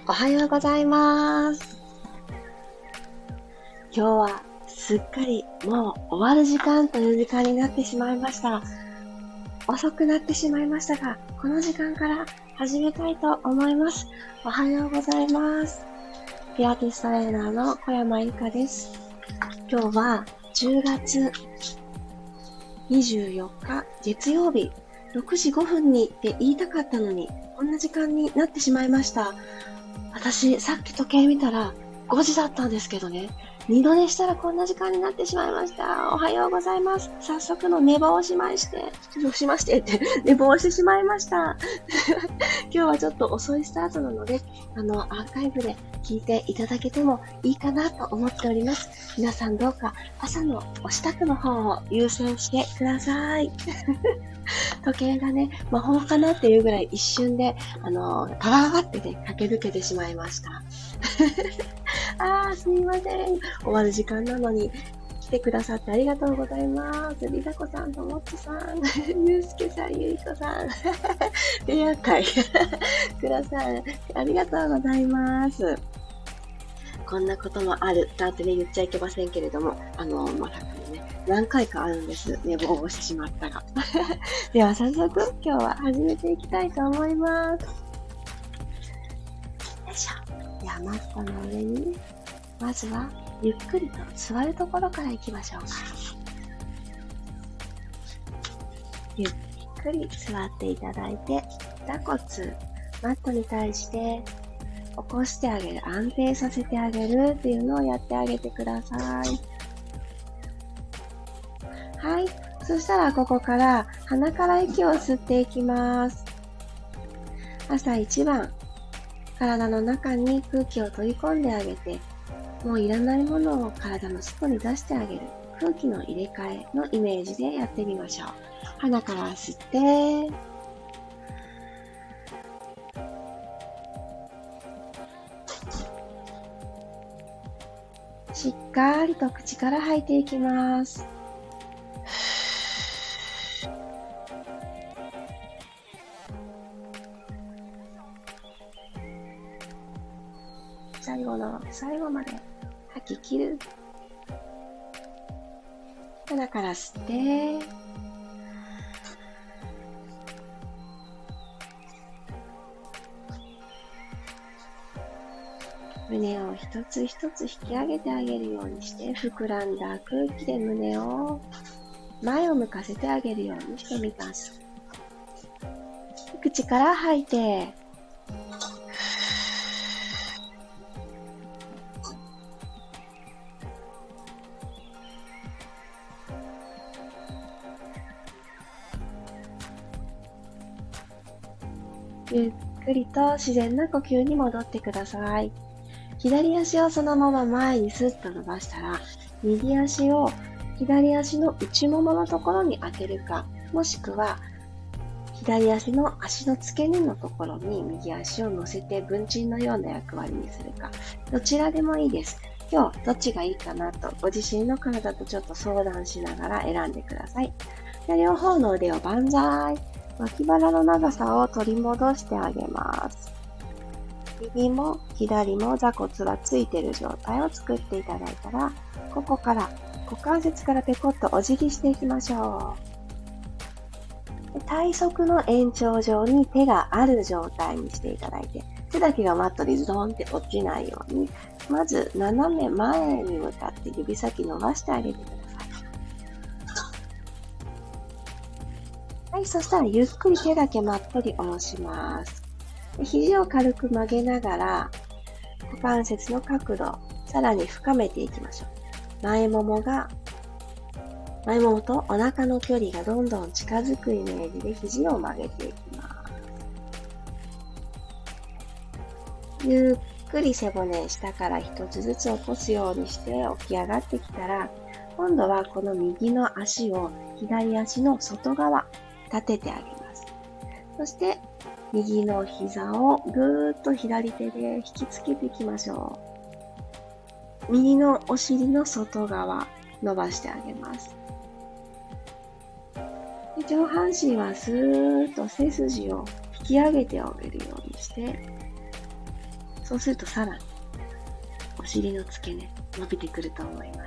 おはようございます。今日はすっかりもう終わる時間という時間になってしまいました。遅くなってしまいましたが、この時間から始めたいと思います。おはようございます。ピラティストレーナーの小山由佳です。今日は10月24日月曜日6時5分にって言いたかったのに、こんな時間になってしまいました。私、さっき時計見たら5時だったんですけどね。二度寝したらこんな時間になってしまいました。おはようございます。早速の寝坊しましてって寝坊してしまいました。今日はちょっと遅いスタートなので、アーカイブで聞いていただけてもいいかなと思っております。皆さんどうか朝のお支度の方を優先してください。時計がね、魔法かなっていうぐらい一瞬で、ガガガってね、駆け抜けてしまいました。すみません。終わる時間なのに来てくださってありがとうございます。りさこさん、ともっちさん、ゆうすけさん、ゆいこさん、レア会ください。ありがとうございます。こんなこともある。だってね、言っちゃいけませんけれども、まさかのね、何回かあるんです。寝坊をしてしまったが。では早速、今日は始めていきたいと思います。よいしょ。では、マットの上に、まずは、ゆっくりと座るところから行きましょうか。ゆっくり座っていただいて、座骨、マットに対して起こしてあげる、安定させてあげるっていうのをやってあげてください。はい。そしたらここから鼻から息を吸っていきます。朝一番、体の中に空気を取り込んであげて、もういらないものを体の外に出してあげる。空気の入れ替えのイメージでやってみましょう。鼻から吸って、しっかりと口から吐いていきます。最後の最後まで吐き切る。鼻から吸って、胸を一つ一つ引き上げてあげるようにして、膨らんだ空気で胸を前を向かせてあげるようにしてみます。口から吐いて、ゆっくりと自然な呼吸に戻ってください。左足をそのまま前にスッと伸ばしたら、右足を左足の内もものところに当てるか、もしくは左足の足の付け根のところに右足を乗せて文鎮のような役割にするか、どちらでもいいです。今日どっちがいいかなとご自身の体とちょっと相談しながら選んでください。で、両方の腕を万歳。脇腹の長さを取り戻してあげます。右も左も座骨がついている状態を作っていただいたら、ここから股関節からペコッとお辞儀していきましょう。体側の延長上に手がある状態にしていただいて、手だけがマットにズドンって落ちないように、まず斜め前に向かって指先伸ばしてあげてください。はい、そしたらゆっくり手だけマットに下ろします。肘を軽く曲げながら、股関節の角度、さらに深めていきましょう。前ももとお腹の距離がどんどん近づくイメージで肘を曲げていきます。ゆっくり背骨下から一つずつ起こすようにして起き上がってきたら、今度はこの右の足を左足の外側、立ててあげます。そして、右の膝をぐーっと左手で引きつけていきましょう。右のお尻の外側、伸ばしてあげます。で、上半身はスーッと背筋を引き上げてあげるようにして、 そうするとさらにお尻の付け根伸びてくると思います。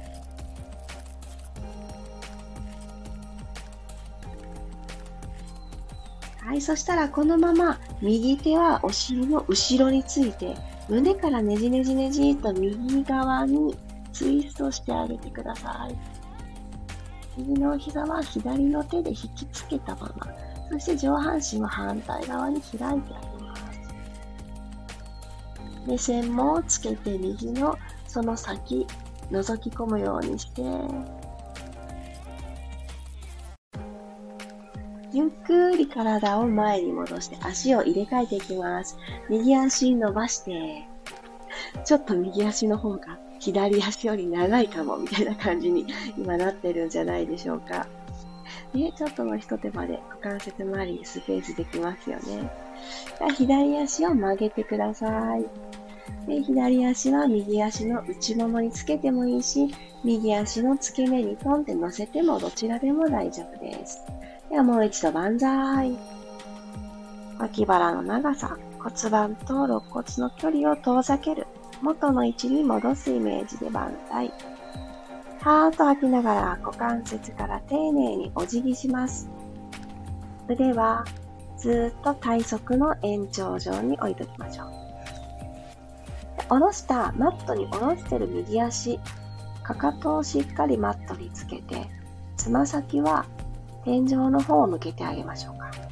はい、そしたらこのまま右手はお尻の後ろについて、胸からねじねじねじと右側にツイストしてあげてください。右の膝は左の手で引きつけたまま、そして上半身は反対側に開いてあげます。目線もつけて右のその先、覗き込むようにして、ゆっくり体を前に戻して足を入れ替えていきます。右足伸ばして、ちょっと右足の方が左足より長いかもみたいな感じに今なってるんじゃないでしょうか。ね、ちょっとの一手間で股関節周りにスペースできますよね。左足を曲げてください。で、左足は右足の内ももにつけてもいいし、右足の付け根にトンって乗せてもどちらでも大丈夫です。ではもう一度万歳。脇腹の長さ、骨盤と肋骨の距離を遠ざける。元の位置に戻すイメージで万歳。はーっと吐きながら股関節から丁寧にお辞儀します。腕はずっと体側の延長上に置いときましょう。下ろしたマットに下ろしてる右足、かかとをしっかりマットにつけて、つま先は天井の方を向けてあげましょうか。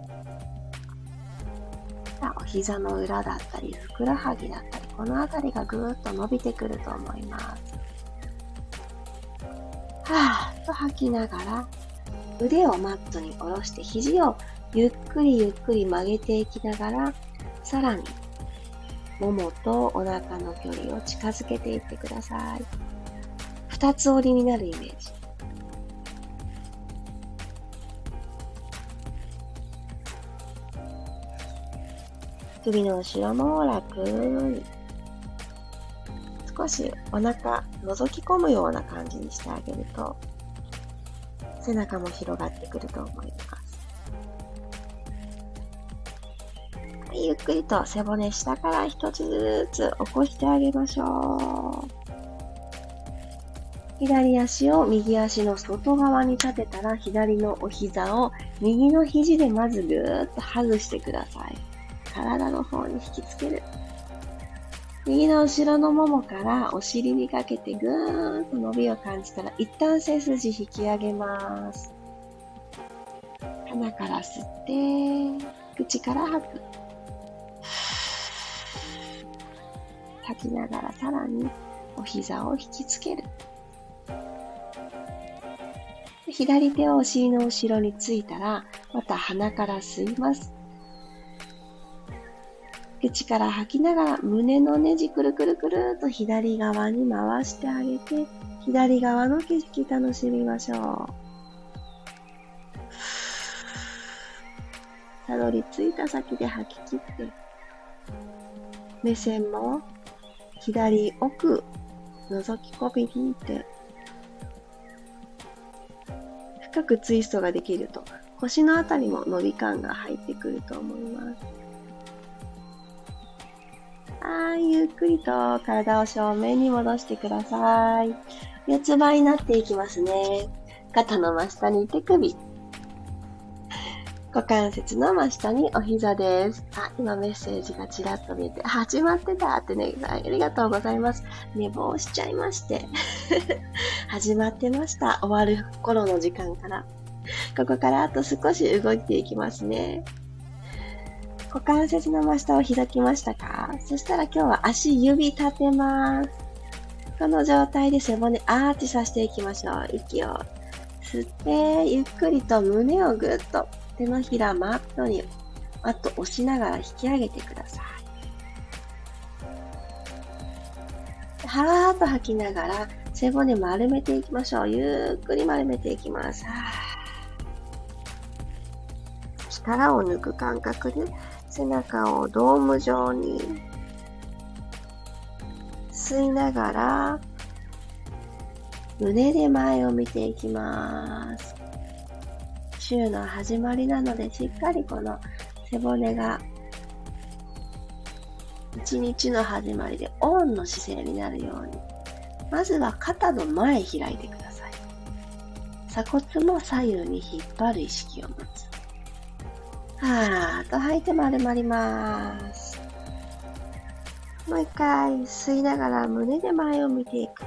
お膝の裏だったり、ふくらはぎだったり、このあたりがぐーっと伸びてくると思います。はーっと吐きながら、腕をマットに下ろして肘をゆっくりゆっくり曲げていきながら、さらにももとお腹の距離を近づけていってください。二つ折りになるイメージ。首の後ろも楽に。少しお腹覗き込むような感じにしてあげると、背中も広がってくると思います。ゆっくりと背骨下から一つずつ起こしてあげましょう。左足を右足の外側に立てたら、左のお膝を右の肘でまずぐーっとハグしてください。体の方に引きつける。右の後ろのももからお尻にかけてぐーんと伸びを感じたら、一旦背筋引き上げます。鼻から吸って、口から吐く。吐きながらさらにお膝を引きつける。左手をお尻の後ろについたら、また鼻から吸います。口から吐きながら胸のネジくるくるくると左側に回してあげて、左側の景色楽しみましょう。たどり着いた先で吐き切って、目線も左奥覗き込みに行って、深くツイストができると腰のあたりも伸び感が入ってくると思います。ゆっくりと体を正面に戻してください。四つ倍になっていきますね。肩の真下に手首。股関節の真下にお膝です。今メッセージがちらっと見えて、始まってたってね、ありがとうございます。寝坊しちゃいまして。始まってました。終わる頃の時間から。ここからあと少し動いていきますね。股関節の真下を開きましたか？そしたら今日は足指立てます。この状態で背骨アーチさせていきましょう。息を吸って、ゆっくりと胸をぐっと手のひらマット押しながら引き上げてください。はーっと吐きながら背骨丸めていきましょう。ゆっくり丸めていきます。力を抜く感覚で背中をドーム状に吸いながら胸で前を見ていきます。週の始まりなのでしっかりこの背骨が一日の始まりでオンの姿勢になるように、まずは肩の前開いてください。鎖骨も左右に引っ張る意識を持つ。はーっと吐いて丸まります。もう一回吸いながら胸で前を見ていく。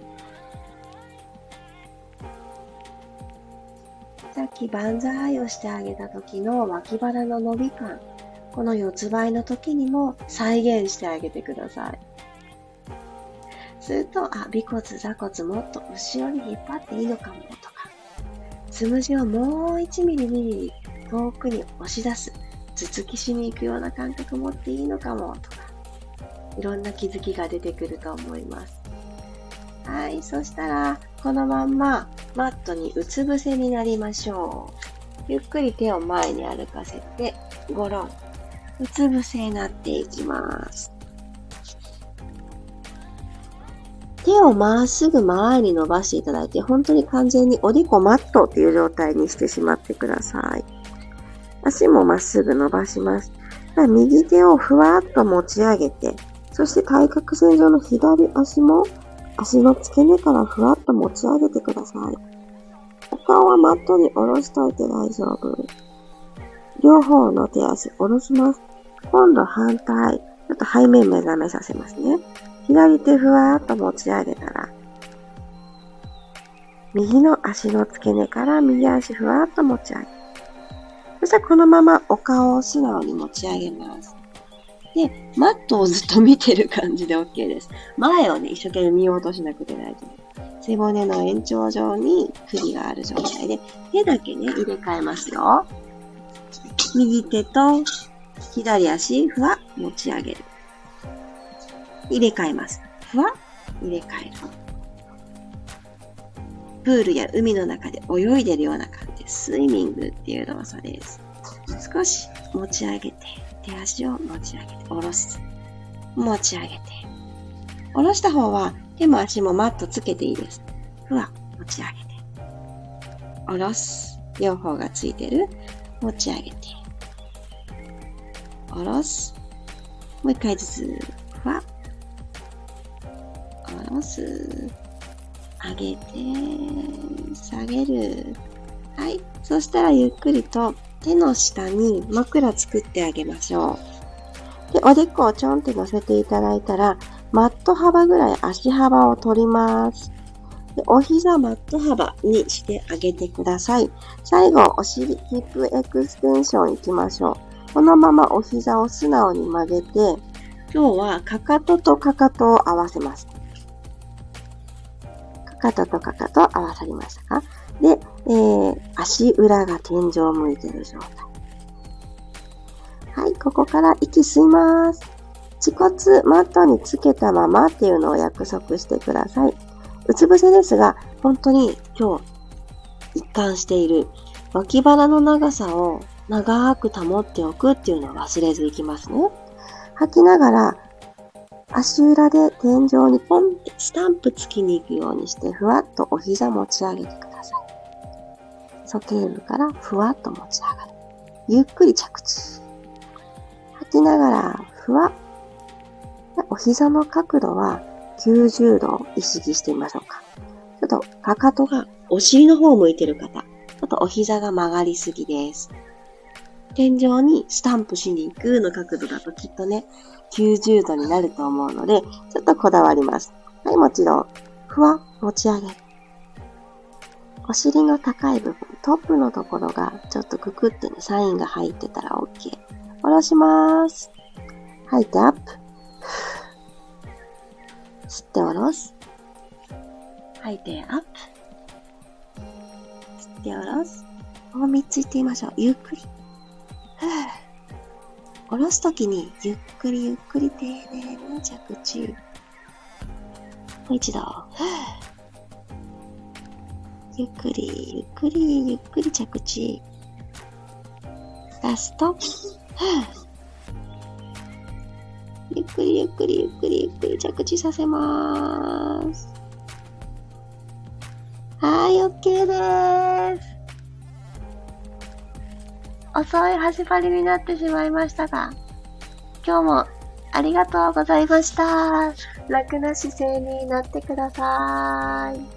さっき万歳をしてあげた時の脇腹の伸び感、この四つ倍の時にも再現してあげてください。すると、尾骨、座骨もっと後ろに引っ張っていいのかもとか、つむじをもう1ミリ2ミリ遠くに押し出す、頭突きしに行くような感覚持っていいのかもとか、いろんな気づきが出てくると思います。はい、そしたらこのまんまマットにうつ伏せになりましょう。ゆっくり手を前に歩かせてゴロン、うつ伏せになっていきます。手をまっすぐ前に伸ばしていただいて、本当に完全におでこマットっていう状態にしてしまってください。足もまっすぐ伸ばします。右手をふわっと持ち上げて、そして対角線上の左足も足の付け根からふわっと持ち上げてください。お顔はマットに下ろしといて大丈夫。両方の手足下ろします。今度反対。ちょっと背面目覚めさせますね。左手ふわーっと持ち上げたら、右の足の付け根から右足ふわーっと持ち上げ。そしたらこのままお顔を素直に持ち上げます。で、マットをずっと見てる感じで OK です。前をね、一生懸命見ようとしなくて大丈夫。背骨の延長上に首がある状態で、手だけね、入れ替えますよ。右手と左足、ふわっ持ち上げる。入れ替えます。ふわっ入れ替える。プールや海の中で泳いでるような感じで、スイミングっていう動作です。少し持ち上げて、手足を持ち上げて、下ろす。持ち上げて。下ろした方は手も足もマットつけていいです。ふわ、持ち上げて。下ろす。両方がついてる。持ち上げて。下ろす。もう一回ずつ。ふわ。下ろす。上げて、下げる。はい。そしたらゆっくりと手の下に枕作ってあげましょう。で、おでこをちょんって乗せていただいたら、マット幅ぐらい足幅を取ります。で、お膝マット幅にしてあげてください。最後、お尻、ヒップエクステンション行きましょう。このままお膝を素直に曲げて、今日はかかととかかとを合わせます。かかととかかと合わさりましたか？で、足裏が天井を向いている状態。はい、ここから息吸います。恥骨マットにつけたままっていうのを約束してください。うつ伏せですが、本当に今日一貫している脇腹の長さを長く保っておくっていうのを忘れずいきますね。吐きながら足裏で天井にポンってスタンプつきに行くようにしてふわっとお膝持ち上げてください。鼠径部からふわっと持ち上がる。ゆっくり着地。吐きながらふわっ。お膝の角度は90度を意識してみましょうか。ちょっとかかとがお尻の方を向いてる方、ちょっとお膝が曲がりすぎです。天井にスタンプしに行くの角度だときっとね、90度になると思うので、ちょっとこだわります。はい、もちろん、ふわっ持ち上げる。お尻の高い部分、トップのところがちょっとくくってね、サインが入ってたら OK。下ろします。吐いてアップ。吸って下ろす。吐いてアップ。吸って下ろす。もう3ついってみましょう。ゆっくり。下ろすときにゆっくりゆっくり丁寧に着地。もう一度。ゆっくりゆっくりゆっくり着地。ラスト。ゆっくりゆっくりゆっくりゆっくり着地させます。はい、OK です。遅い始まりになってしまいましたが、今日もありがとうございました。楽な姿勢になってください。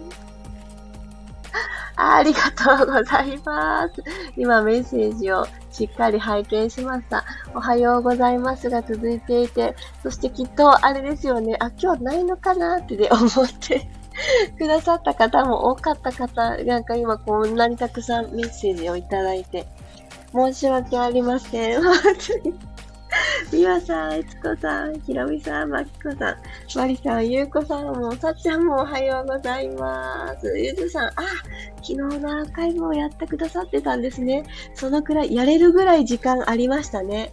ありがとうございます。今メッセージをしっかり拝見しました。おはようございますが続いていて、そしてきっとあれですよね。今日ないのかなってね、思ってくださった方も多かった方、なんか今こんなにたくさんメッセージをいただいて、申し訳ありません。本当に。みわさん、えつこさん、ひろみさん、まきこさん、まりさん、ゆうこさんも、さっちゃんもおはようございます。ゆずさん、昨日のアーカイブをやってくださってたんですね。そのくらい、やれるぐらい時間ありましたね。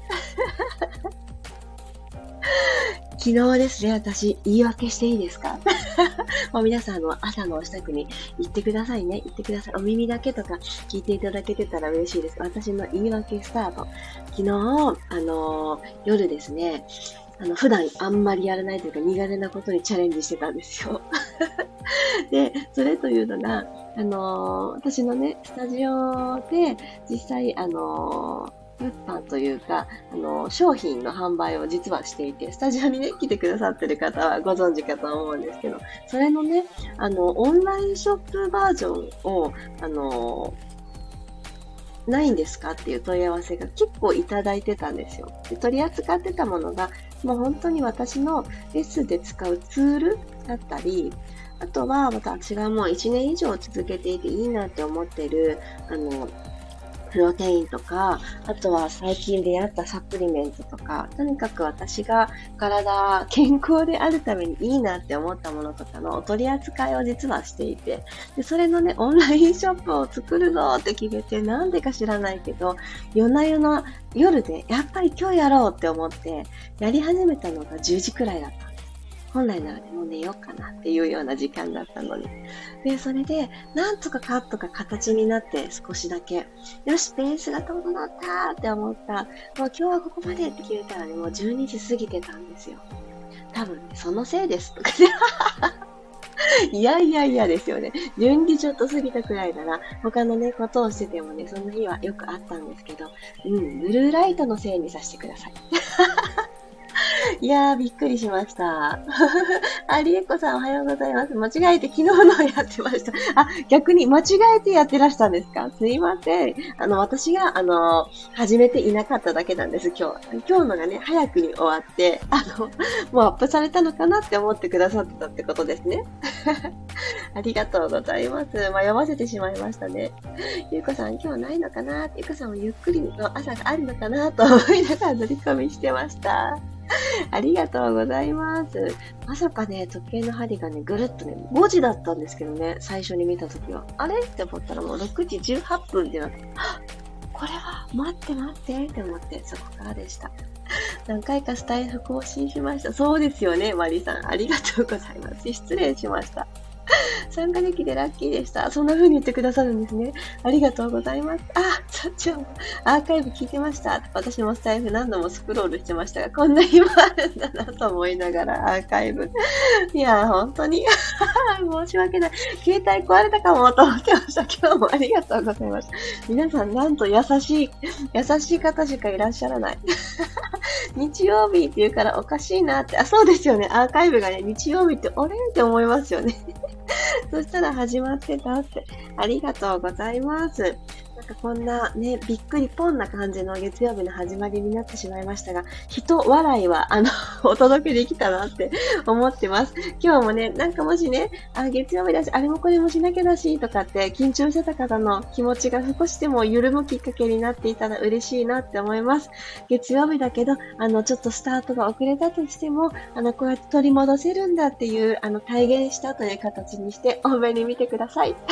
昨日ですね、私、言い訳していいですか？もう皆さん朝のお支度に言ってくださいね。言ってください。お耳だけとか聞いていただけてたら嬉しいです。私の言い訳スタート。昨日、夜ですね、普段あんまりやらないというか苦手なことにチャレンジしてたんですよ。で、それというのが、私のね、スタジオで実際、物販というか、商品の販売を実はしていて、スタジオにね、来てくださってる方はご存知かと思うんですけど、それのね、オンラインショップバージョンを、ないんですかっていう問い合わせが結構いただいてたんですよ。で、取り扱ってたものが、もう本当に私のレッスンで使うツールだったり、あとは私がもう1年以上続けていていいなって思ってる、プロテインとか、あとは最近出会ったサプリメントとか、とにかく私が健康であるためにいいなって思ったものとかのお取り扱いを実はしていて、で、それのね、オンラインショップを作るぞって決めて、なんでか知らないけど、夜で、やっぱり今日やろうって思って、やり始めたのが10時くらいだった。本来ならもう寝ようかなっていうような時間だったのに。で、それで、なんとかカットが形になって少しだけ、よし、ベースが整ったって思った。もう今日はここまでって決めたらね、もう12時過ぎてたんですよ。多分ね、そのせいですとかね。いやいやいやですよね。12時ちょっと過ぎたくらいなら、他のね、ことをしててもね、その日はよくあったんですけど、ブルーライトのせいにさせてください。いやー、びっくりしました。りえこさんおはようございます。間違えて昨日のやってました。逆に間違えてやってらしたんですか？すいません。私が、始めていなかっただけなんです、今日。今日のがね、早くに終わって、もうアップされたのかなって思ってくださってたってことですね。ありがとうございます。迷わせてしまいましたね。ゆうこさん今日ないのかな？ゆうこさんもゆっくりの朝があるのかなと思いながら乗り込みしてました。ありがとうございます。まさかね、時計の針がね、ぐるっとね、5時だったんですけどね、最初に見たときは。あれって思ったらもう6時18分ってなって、これは、待ってって思って、そこからでした。何回かスタイフ更新しました。そうですよね、マリさん。ありがとうございます。失礼しました。参加できてラッキーでした。そんな風に言ってくださるんですね。ありがとうございます。さっちゃんもアーカイブ聞いてました。私もスタイフ何度もスクロールしてましたが、こんな暇あるんだなと思いながらアーカイブ。いやー、本当に申し訳ない。携帯壊れたかもと思ってました。今日もありがとうございました。皆さん、なんと優しい方しかいらっしゃらない。日曜日って言うからおかしいなって。そうですよね。アーカイブがね、日曜日ってあれって思いますよね。そしたら始まってたって。ありがとうございます。なんかこんなね、びっくりポンな感じの月曜日の始まりになってしまいましたが、人笑いは、お届けできたなって思ってます。今日もね、なんかもしね、月曜日だし、あれもこれもしなきゃだし、とかって緊張してた方の気持ちが少しでも緩むきっかけになっていたら嬉しいなって思います。月曜日だけど、ちょっとスタートが遅れたとしても、こうやって取り戻せるんだっていう、体現したという形にして、多めに見てください。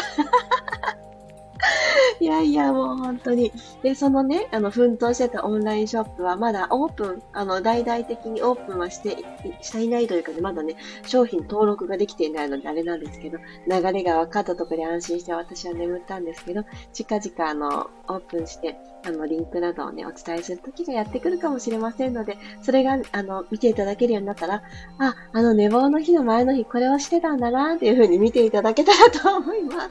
いやいや、もう本当に。で、そのね、奮闘してたオンラインショップはまだオープン、大々的にオープンはしていないというかね、まだね、商品登録ができていないのであれなんですけど、流れが分かったところで安心して私は眠ったんですけど、近々オープンして、リンクなどをね、お伝えする時がやってくるかもしれませんので、それが、見ていただけるようになったら、寝坊の日の前の日これをしてたんだなっていう風に見ていただけたらと思います。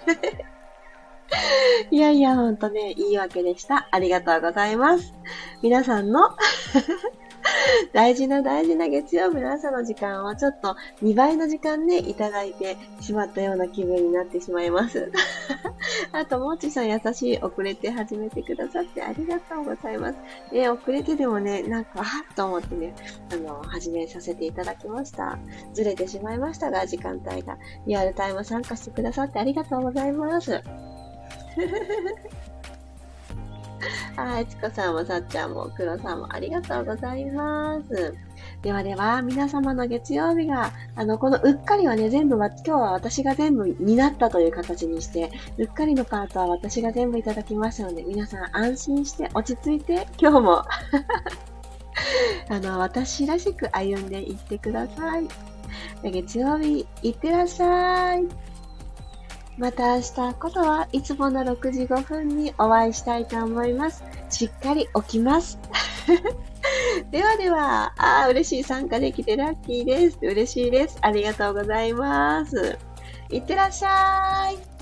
いやいや、ほんとね、言い訳でした。ありがとうございます。皆さんの大事な大事な月曜日の朝の時間をちょっと2倍の時間ね、いただいてしまったような気分になってしまいます。あと、もーちさん優しい。遅れて始めてくださってありがとうございます。遅れてでもね、なんか、と思ってね、始めさせていただきました。ずれてしまいましたが、時間帯が。リアルタイム参加してくださってありがとうございます。はい、ちこさんもさっちゃんもくろさんもありがとうございます。ではでは、皆様の月曜日が、このうっかりはね、全部今日は私が全部担ったという形にして、うっかりのパートは私が全部いただきましたので、皆さん安心して落ち着いて、今日も私らしく歩んでいってください。月曜日、いってらっしゃい。また明日ことはいつもの6時5分にお会いしたいと思います。しっかり起きます。ではでは、嬉しい。参加できてラッキーです。嬉しいです。ありがとうございます。いってらっしゃい。